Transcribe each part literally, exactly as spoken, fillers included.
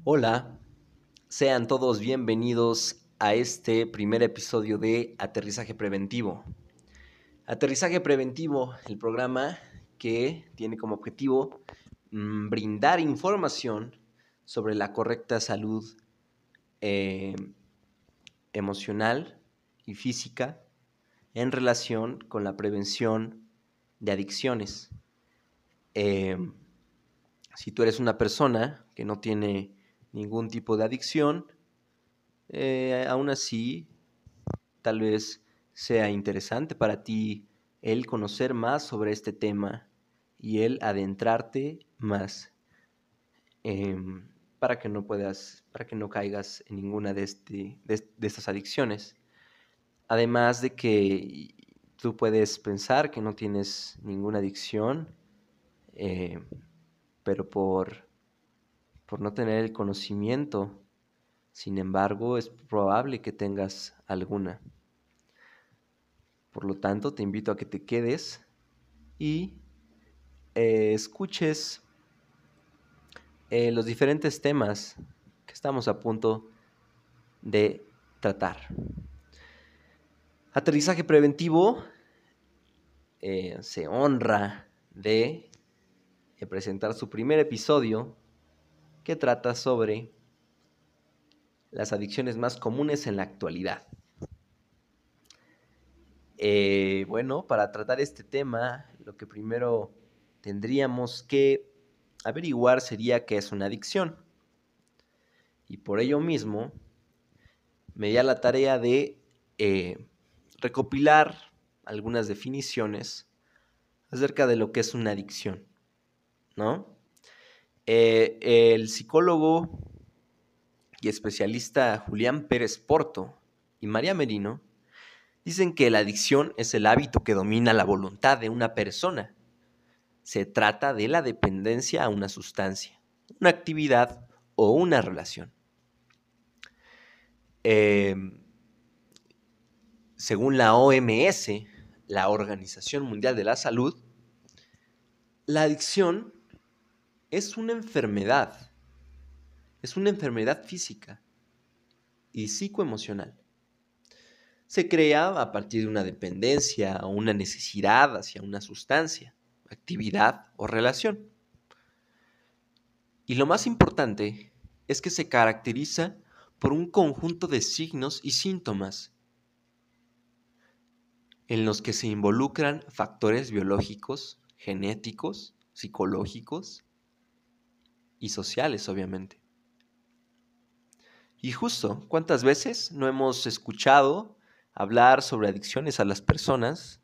Hola, sean todos bienvenidos a este primer episodio de Aterrizaje Preventivo. Aterrizaje Preventivo, el programa que tiene como objetivo mmm, brindar información sobre la correcta salud eh, emocional y física en relación con la prevención de adicciones. Eh, si tú eres una persona que no tiene ningún tipo de adicción, eh, aún así tal vez sea interesante para ti el conocer más sobre este tema y el adentrarte más eh, para que no puedas, para que no caigas en ninguna de, este, de, de estas adicciones. Además de que tú puedes pensar que no tienes ninguna adicción, eh, pero por, por no tener el conocimiento, sin embargo, es probable que tengas alguna. Por lo tanto, te invito a que te quedes y eh, escuches eh, los diferentes temas que estamos a punto de tratar. Aterrizaje preventivo eh, se honra de eh, presentar su primer episodio que trata sobre las adicciones más comunes en la actualidad. Eh, bueno, para tratar este tema, lo que primero tendríamos que averiguar sería qué es una adicción. Y por ello mismo, me di a la tarea de eh, recopilar algunas definiciones acerca de lo que es una adicción, ¿no? Eh, el psicólogo y especialista Julián Pérez Porto y María Merino dicen que la adicción es el hábito que domina la voluntad de una persona. Se trata de la dependencia a una sustancia, una actividad o una relación. Eh, según la O M S, la Organización Mundial de la Salud, la adicción es una enfermedad, es una enfermedad física y psicoemocional. Se crea a partir de una dependencia o una necesidad hacia una sustancia, actividad o relación. Y lo más importante es que se caracteriza por un conjunto de signos y síntomas en los que se involucran factores biológicos, genéticos, psicológicos y sociales, obviamente. Y justo, ¿cuántas veces no hemos escuchado hablar sobre adicciones a las personas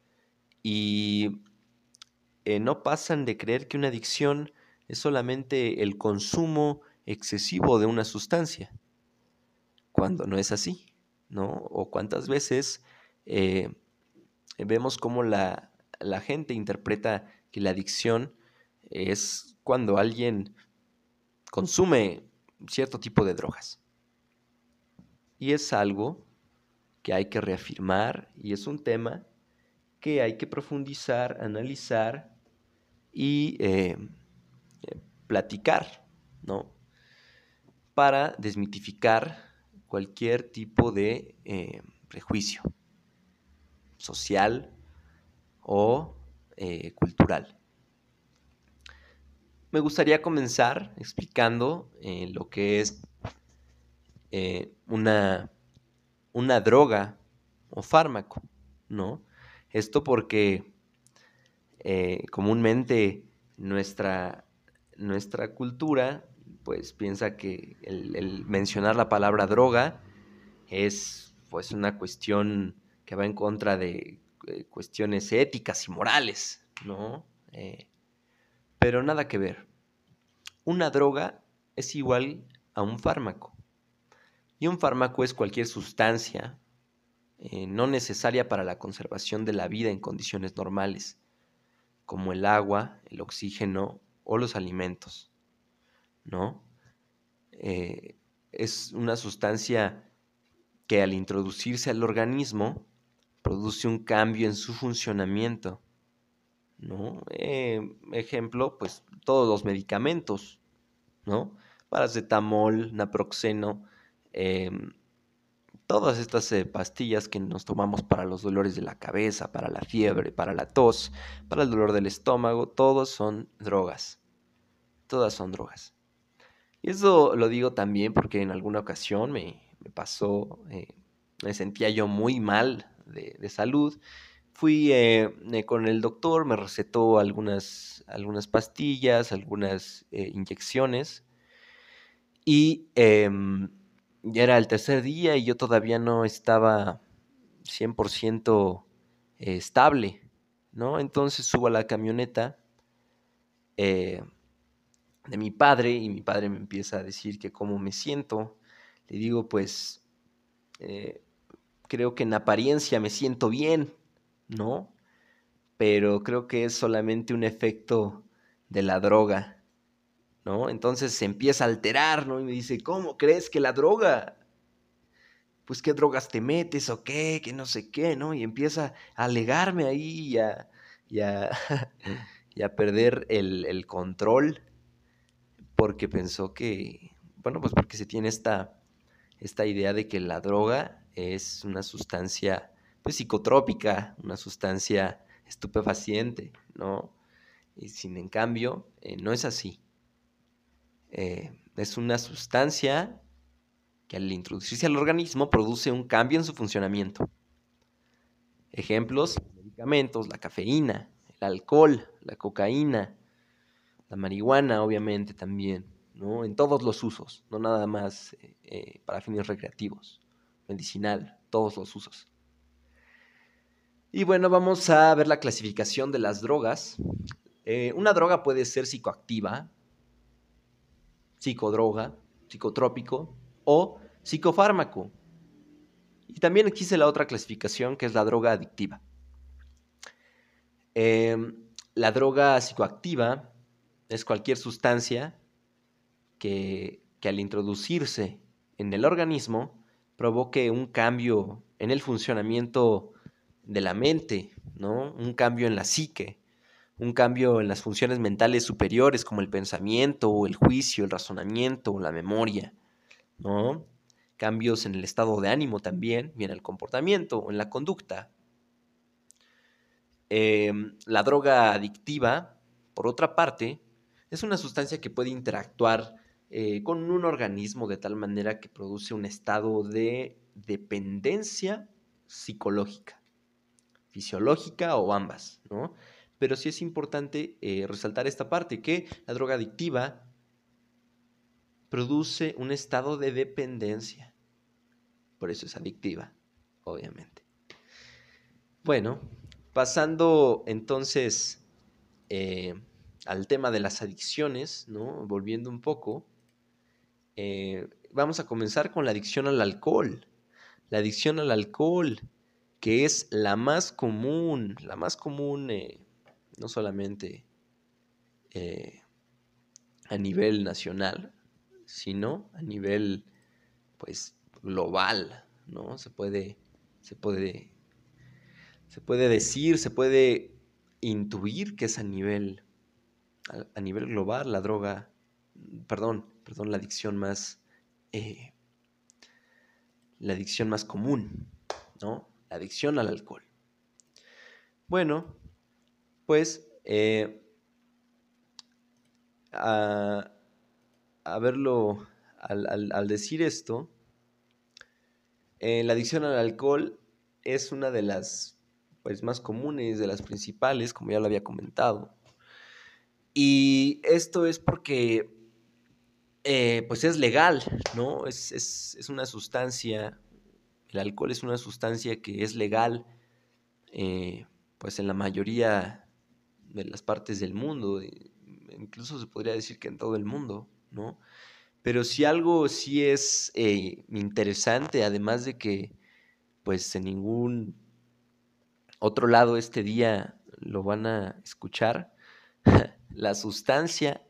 y eh, no pasan de creer que una adicción es solamente el consumo excesivo de una sustancia, cuando no es así, ¿no? O cuántas veces eh, vemos cómo la, la gente interpreta que la adicción es cuando alguien consume cierto tipo de drogas. Y es algo que hay que reafirmar y es un tema que hay que profundizar, analizar y eh, eh, platicar, ¿no? Para desmitificar cualquier tipo de eh, prejuicio social o eh, cultural. Me gustaría comenzar explicando eh, lo que es eh, una, una droga o fármaco, ¿no? Esto porque eh, comúnmente nuestra, nuestra cultura pues piensa que el, el mencionar la palabra droga es pues una cuestión que va en contra de eh, cuestiones éticas y morales, ¿no? Eh, pero nada que ver. Una droga es igual a un fármaco. Y un fármaco es cualquier sustancia eh, no necesaria para la conservación de la vida en condiciones normales, como el agua, el oxígeno o los alimentos, ¿no? Eh, es una sustancia que al introducirse al organismo produce un cambio en su funcionamiento, ¿no? Eh, ejemplo, pues todos los medicamentos, ¿no? paracetamol, naproxeno, eh, todas estas eh, pastillas que nos tomamos para los dolores de la cabeza, para la fiebre, para la tos, para el dolor del estómago, todos son drogas. Todas son drogas. Y eso lo digo también porque en alguna ocasión me, me pasó, eh, me sentía yo muy mal de, de salud. Fui eh, eh, con el doctor, me recetó algunas, algunas pastillas, algunas eh, inyecciones y eh, ya era el tercer día y yo todavía no estaba cien por ciento eh, estable, ¿no? Entonces subo a la camioneta eh, de mi padre y mi padre me empieza a decir que cómo me siento. Le digo, pues, eh, creo que en apariencia me siento bien, ¿no? Pero creo que es solamente un efecto de la droga, ¿no? Entonces se empieza a alterar, ¿no? Y me dice, ¿cómo crees que la droga? Pues, ¿qué drogas te metes o qué? Que no sé qué, ¿no? Y empieza a alegarme ahí y a, y a, y a perder el, el control porque pensó que, bueno, pues porque se tiene esta, esta idea de que la droga es una sustancia, pues, psicotrópica, una sustancia estupefaciente, ¿no? Y sin en cambio, eh, no es así. Eh, es una sustancia que al introducirse al organismo produce un cambio en su funcionamiento. Ejemplos, medicamentos, la cafeína, el alcohol, la cocaína, la marihuana, obviamente también, ¿no? En todos los usos, no nada más eh, eh, para fines recreativos, medicinal, todos los usos. Y bueno, vamos a ver la clasificación de las drogas. Eh, una droga puede ser psicoactiva, psicodroga, psicotrópico o psicofármaco. Y también existe la otra clasificación que es la droga adictiva. Eh, la droga psicoactiva es cualquier sustancia que, que al introducirse en el organismo provoque un cambio en el funcionamiento de la mente, ¿no? Un cambio en la psique, un cambio en las funciones mentales superiores como el pensamiento, o el juicio, el razonamiento o la memoria, ¿no? Cambios en el estado de ánimo también, y en el comportamiento o en la conducta. Eh, la droga adictiva, por otra parte, es una sustancia que puede interactuar eh, con un organismo de tal manera que produce un estado de dependencia psicológica, fisiológica o ambas, ¿no? Pero sí es importante eh, resaltar esta parte, que la droga adictiva produce un estado de dependencia. Por eso es adictiva, obviamente. Bueno, pasando entonces eh, al tema de las adicciones, ¿no? Volviendo un poco, eh, vamos a comenzar con la adicción al alcohol. La adicción al alcohol, que es la más común, la más común eh, no solamente eh, a nivel nacional, sino a nivel, pues, global, ¿no? Se puede, se puede, se puede decir, se puede intuir que es a nivel, a, a nivel global la droga, perdón, perdón, la adicción más, eh, la adicción más común, ¿no? La adicción al alcohol. Bueno, pues, eh, a, a verlo, al, al, al decir esto, eh, la adicción al alcohol es una de las, pues, más comunes, de las principales, como ya lo había comentado. Y esto es porque, eh, pues, es legal, ¿no? Es, es, es una sustancia, el alcohol es una sustancia que es legal, eh, pues, en la mayoría de las partes del mundo, incluso se podría decir que en todo el mundo, ¿no? Pero si algo sí es eh, interesante, además de que, pues, en ningún otro lado este día lo van a escuchar, la sustancia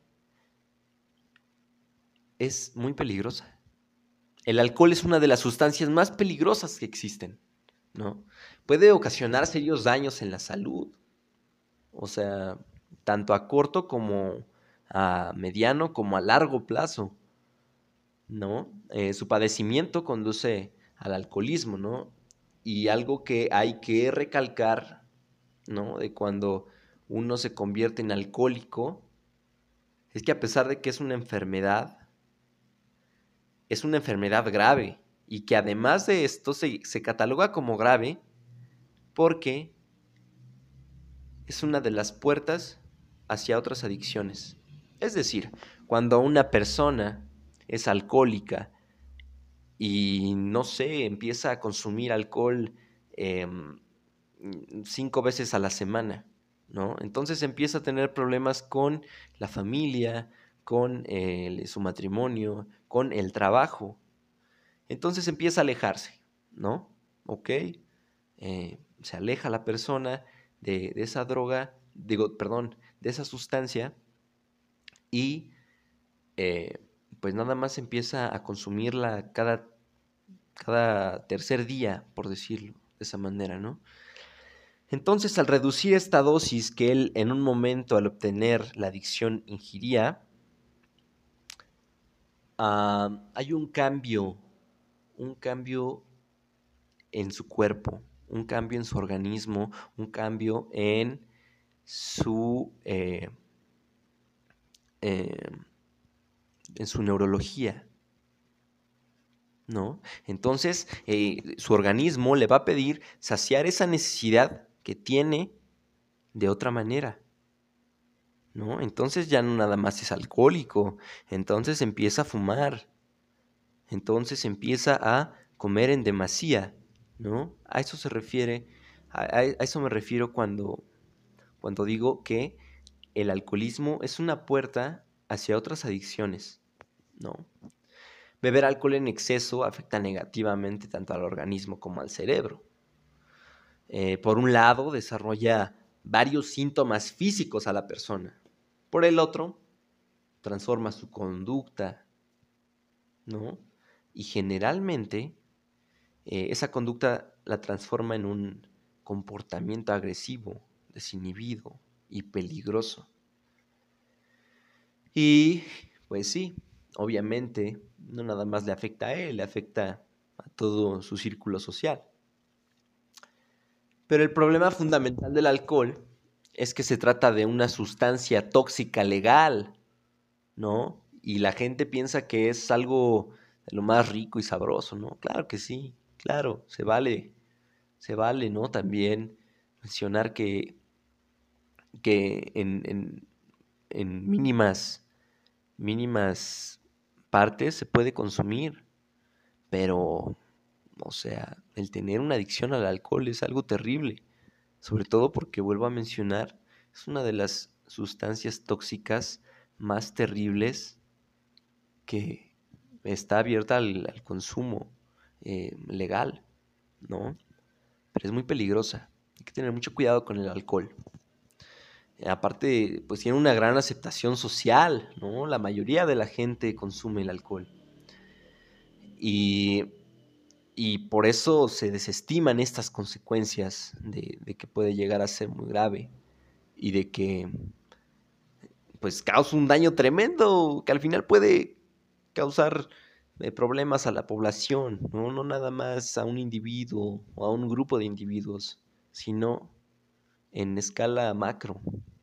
es muy peligrosa. El alcohol es una de las sustancias más peligrosas que existen, ¿no? Puede ocasionar serios daños en la salud, o sea, tanto a corto como a mediano como a largo plazo. ¿no? Eh, su padecimiento conduce al alcoholismo, ¿no? Y algo que hay que recalcar, ¿no? De cuando uno se convierte en alcohólico, es que a pesar de que es una enfermedad, es una enfermedad grave y que además de esto se, se cataloga como grave porque es una de las puertas hacia otras adicciones. Es decir, cuando una persona es alcohólica y no sé, empieza a consumir alcohol eh, cinco veces a la semana, ¿no? Entonces empieza a tener problemas con la familia, con eh, su matrimonio, con el trabajo. Entonces empieza a alejarse, ¿no? ¿Ok? Eh, se aleja la persona de, de esa droga, digo, perdón, de esa sustancia y eh, pues nada más empieza a consumirla cada, cada tercer día, por decirlo de esa manera, ¿no? Entonces, al reducir esta dosis que él en un momento al obtener la adicción ingiría, uh, hay un cambio, un cambio en su cuerpo, un cambio en su organismo, un cambio en su, eh, eh, en su neurología, ¿no? Entonces, eh, su organismo le va a pedir saciar esa necesidad que tiene de otra manera, ¿no? Entonces ya no nada más es alcohólico, entonces empieza a fumar, entonces empieza a comer en demasía, ¿no? A eso se refiere, a, a eso me refiero cuando, cuando digo que el alcoholismo es una puerta hacia otras adicciones, ¿no? Beber alcohol en exceso afecta negativamente tanto al organismo como al cerebro. Eh, por un lado, desarrolla varios síntomas físicos a la persona. Por el otro, transforma su conducta, ¿no? Y generalmente eh, esa conducta la transforma en un comportamiento agresivo, desinhibido y peligroso. Y pues sí, obviamente no nada más le afecta a él, le afecta a todo su círculo social. Pero el problema fundamental del alcohol es que se trata de una sustancia tóxica legal, ¿no? Y la gente piensa que es algo de lo más rico y sabroso, ¿no? Claro que sí, claro, se vale, se vale, ¿no? También mencionar que, que en, en, en mínimas, mínimas partes se puede consumir, pero, o sea, el tener una adicción al alcohol es algo terrible, sobre todo porque, vuelvo a mencionar, es una de las sustancias tóxicas más terribles que está abierta al, al consumo eh, legal, ¿no? Pero es muy peligrosa. Hay que tener mucho cuidado con el alcohol. Eh, aparte, pues tiene una gran aceptación social, ¿no? La mayoría de la gente consume el alcohol. Y, y por eso se desestiman estas consecuencias de, de que puede llegar a ser muy grave y de que pues causa un daño tremendo que al final puede causar eh, problemas a la población, ¿no? No nada más a un individuo o a un grupo de individuos, sino en escala macro.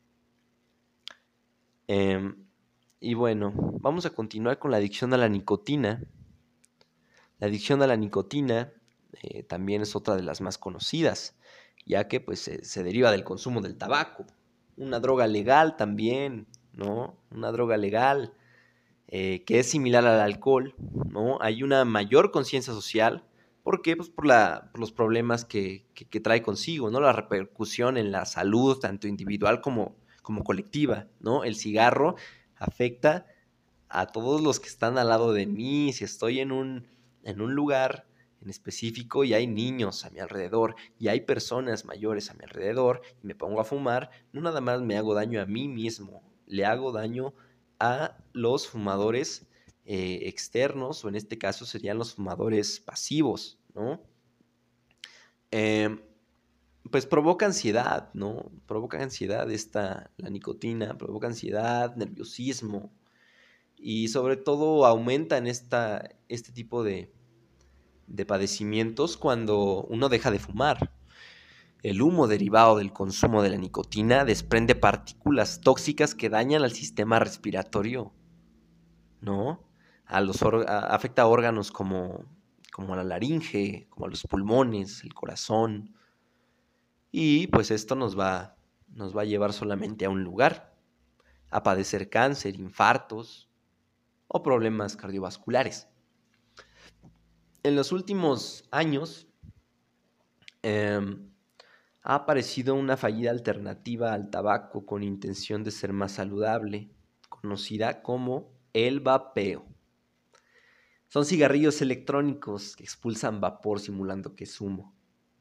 Eh, y bueno, vamos a continuar con la adicción a la nicotina. La adicción a la nicotina eh, también es otra de las más conocidas, ya que pues, se, se deriva del consumo del tabaco. Una droga legal también, ¿no? Una droga legal eh, que es similar al alcohol, ¿no? Hay una mayor conciencia social. ¿Por qué? Pues por, la, por los problemas que, que, que, trae consigo, ¿no? La repercusión en la salud, tanto individual como, como colectiva, ¿no? El cigarro afecta a todos los que están al lado de mí. Si estoy en un, en un lugar en específico y hay niños a mi alrededor y hay personas mayores a mi alrededor y me pongo a fumar, no nada más me hago daño a mí mismo, le hago daño a los fumadores eh, externos, o en este caso serían los fumadores pasivos, ¿no? Eh, pues provoca ansiedad, ¿no? Provoca ansiedad esta, la nicotina, provoca ansiedad, nerviosismo, y sobre todo aumentan esta, este tipo de, de padecimientos cuando uno deja de fumar. El humo derivado del consumo de la nicotina desprende partículas tóxicas que dañan al sistema respiratorio, ¿no? A los a, afecta a órganos como, como la laringe, como a los pulmones, el corazón. Y pues esto nos va, nos va a llevar solamente a un lugar, a padecer cáncer, infartos o problemas cardiovasculares. En los últimos años eh, ha aparecido una fallida alternativa al tabaco con intención de ser más saludable, conocida como el vapeo. Son cigarrillos electrónicos que expulsan vapor simulando que es humo.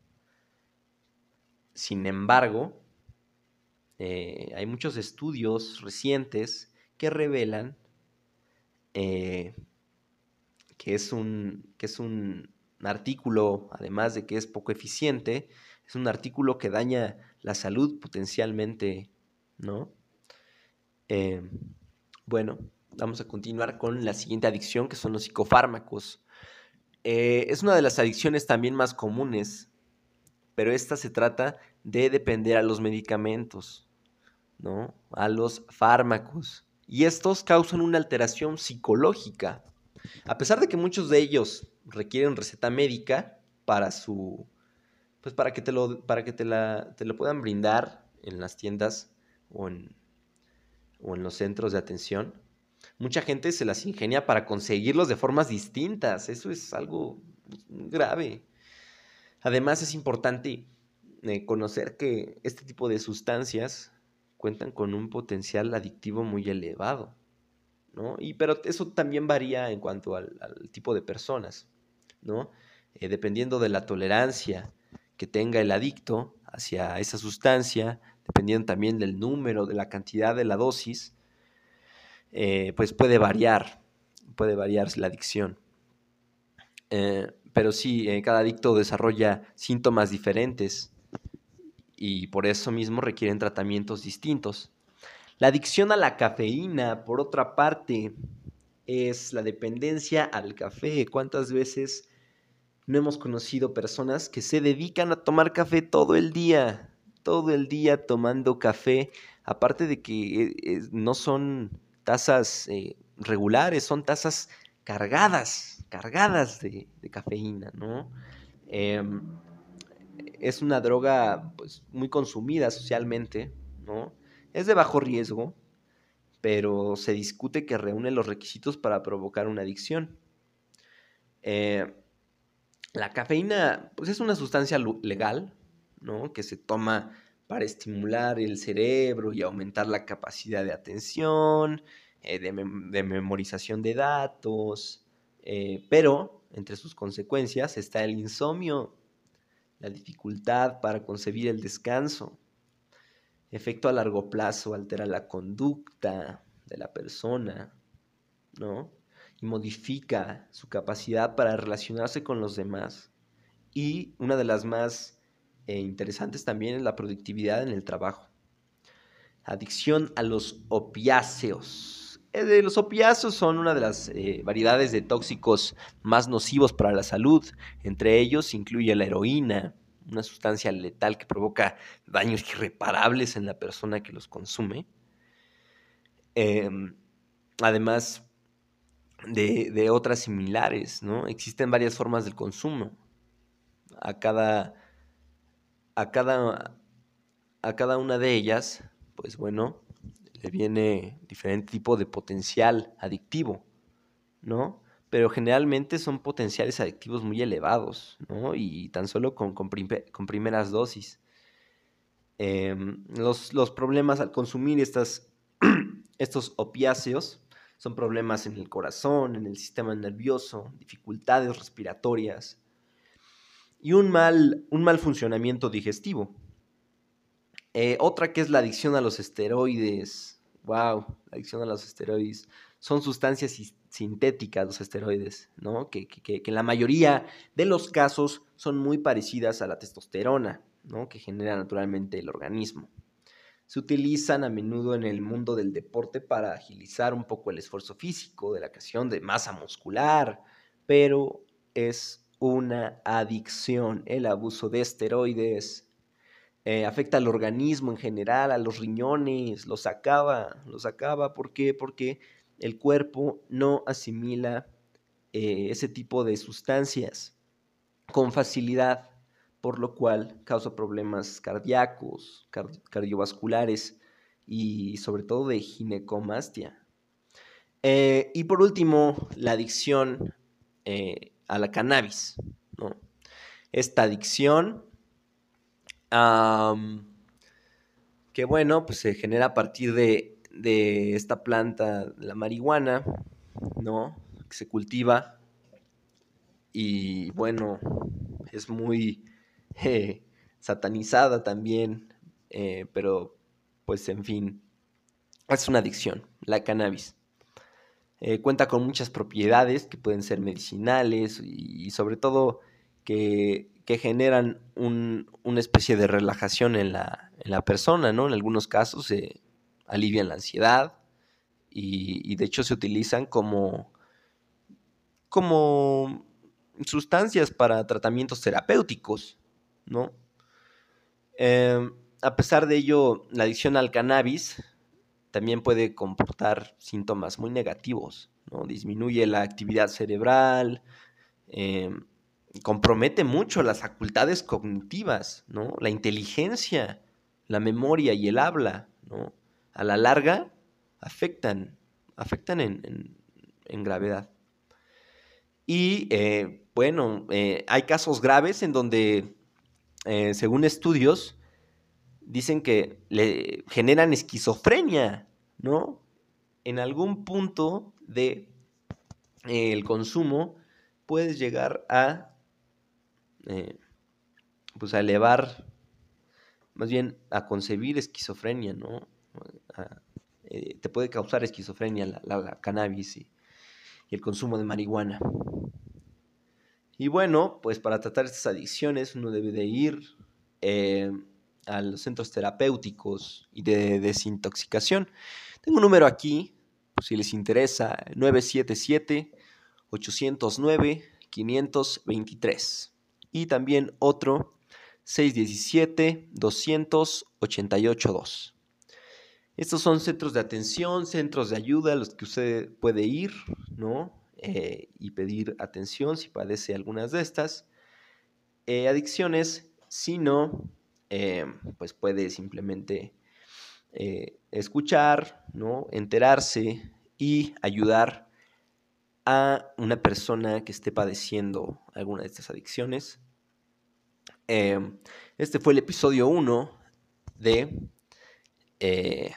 Sin embargo, eh, hay muchos estudios recientes que revelan eh, que, es un, que es un artículo, además de que es poco eficiente, es un artículo que daña la salud potencialmente, ¿no? Eh, bueno, vamos a continuar con la siguiente adicción, que son los psicofármacos. Eh, es una de las adicciones también más comunes, pero esta se trata de depender a los medicamentos, ¿no? A los fármacos. Y estos causan una alteración psicológica. A pesar de que muchos de ellos requieren receta médica para su, pues para que te lo, para que te la, te lo puedan brindar en las tiendas o en, o en los centros de atención, mucha gente se las ingenia para conseguirlos de formas distintas. Eso es algo grave. Además, es importante eh, conocer que este tipo de sustancias cuentan con un potencial adictivo muy elevado, ¿no? Y, pero eso también varía en cuanto al, al tipo de personas, ¿no? Eh, dependiendo de la tolerancia que tenga el adicto hacia esa sustancia, dependiendo también del número, de la cantidad de la dosis, eh, pues puede variar, puede variar la adicción. Eh, pero sí, eh, cada adicto desarrolla síntomas diferentes y por eso mismo requieren tratamientos distintos. La adicción a la cafeína, por otra parte, es la dependencia al café. ¿Cuántas veces no hemos conocido personas que se dedican a tomar café todo el día? Todo el día tomando café, aparte de que eh, eh, no son tazas eh, regulares, son tazas cargadas, cargadas de, de cafeína, ¿no? Eh, es una droga pues, muy consumida socialmente, ¿no? Es de bajo riesgo, pero se discute que reúne los requisitos para provocar una adicción. Eh, la cafeína pues, es una sustancia legal, ¿no? Que se toma para estimular el cerebro y aumentar la capacidad de atención, eh, de, mem de, memorización de datos, eh, pero entre sus consecuencias está el insomnio, la dificultad para concebir el descanso. Efecto a largo plazo altera la conducta de la persona, ¿no? Y modifica su capacidad para relacionarse con los demás. Y una de las más eh, interesantes también es la productividad en el trabajo. Adicción a los opiáceos. Eh, los opiáceos son una de las eh, variedades de tóxicos más nocivos para la salud. Entre ellos incluye la heroína, una sustancia letal que provoca daños irreparables en la persona que los consume. Eh, además de, de otras similares, ¿no? Existen varias formas del consumo. A cada, a cada, a cada una de ellas, pues bueno, le viene diferente tipo de potencial adictivo, ¿no? Pero generalmente son potenciales adictivos muy elevados, ¿no? Y tan solo con, con, prim con primeras dosis. Eh, los, los problemas al consumir estas, estos opiáceos son problemas en el corazón, en el sistema nervioso, dificultades respiratorias y un mal, un mal funcionamiento digestivo. Eh, otra que es la adicción a los esteroides. Wow, la adicción a los esteroides. Son sustancias sintéticas los esteroides, ¿no? Que, que, que en la mayoría de los casos son muy parecidas a la testosterona, ¿no? Que genera naturalmente el organismo. Se utilizan a menudo en el mundo del deporte para agilizar un poco el esfuerzo físico, de la creación de masa muscular, pero es una adicción. El abuso de esteroides eh, afecta al organismo en general, a los riñones, los acaba, los acaba. ¿Por qué? Porque el cuerpo no asimila eh, ese tipo de sustancias con facilidad, por lo cual causa problemas cardíacos, card cardiovasculares y sobre todo de ginecomastia. Eh, y por último, la adicción eh, a la cannabis, ¿no? Esta adicción, um, que bueno, pues se genera a partir de, de esta planta, la marihuana, ¿no? Que se cultiva y bueno, es muy eh, satanizada también, eh, pero pues en fin, es una adicción, la cannabis. Eh, cuenta con muchas propiedades que pueden ser medicinales y, y sobre todo que, que generan un, una especie de relajación en la, en la persona, ¿no? En algunos casos eh, alivian la ansiedad y, y de hecho se utilizan como, como sustancias para tratamientos terapéuticos, ¿no? Eh, a pesar de ello, la adicción al cannabis también puede comportar síntomas muy negativos, ¿no? Disminuye la actividad cerebral, eh, compromete mucho las facultades cognitivas, ¿no? La inteligencia, la memoria y el habla, ¿no? A la larga afectan, afectan en, en, en gravedad. Y eh, bueno, eh, hay casos graves en donde, eh, según estudios, dicen que le generan esquizofrenia, ¿no? En algún punto de eh, el consumo puedes llegar a, eh, pues a elevar, más bien a concebir esquizofrenia, ¿no? A, eh, te puede causar esquizofrenia la, la, la cannabis y, y el consumo de marihuana. Y bueno, pues para tratar estas adicciones uno debe de ir eh, a los centros terapéuticos y de desintoxicación. Tengo un número aquí, pues si les interesa, nueve siete siete, ocho cero nueve, cinco dos tres. Y también otro, seis uno siete, dos ocho ocho dos. Estos son centros de atención, centros de ayuda a los que usted puede ir, ¿no? Eh, y pedir atención si padece algunas de estas eh, adicciones. Si no, eh, pues puede simplemente eh, escuchar, ¿no? Enterarse y ayudar a una persona que esté padeciendo alguna de estas adicciones. Eh, este fue el episodio uno de, eh,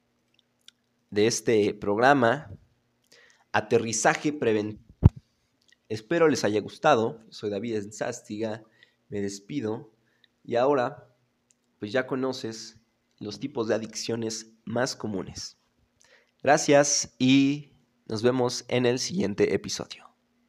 de este programa, Aterrizaje Preventivo. Espero les haya gustado. Soy David Enzástiga, me despido. Y ahora, pues ya conoces los tipos de adicciones más comunes. Gracias y nos vemos en el siguiente episodio.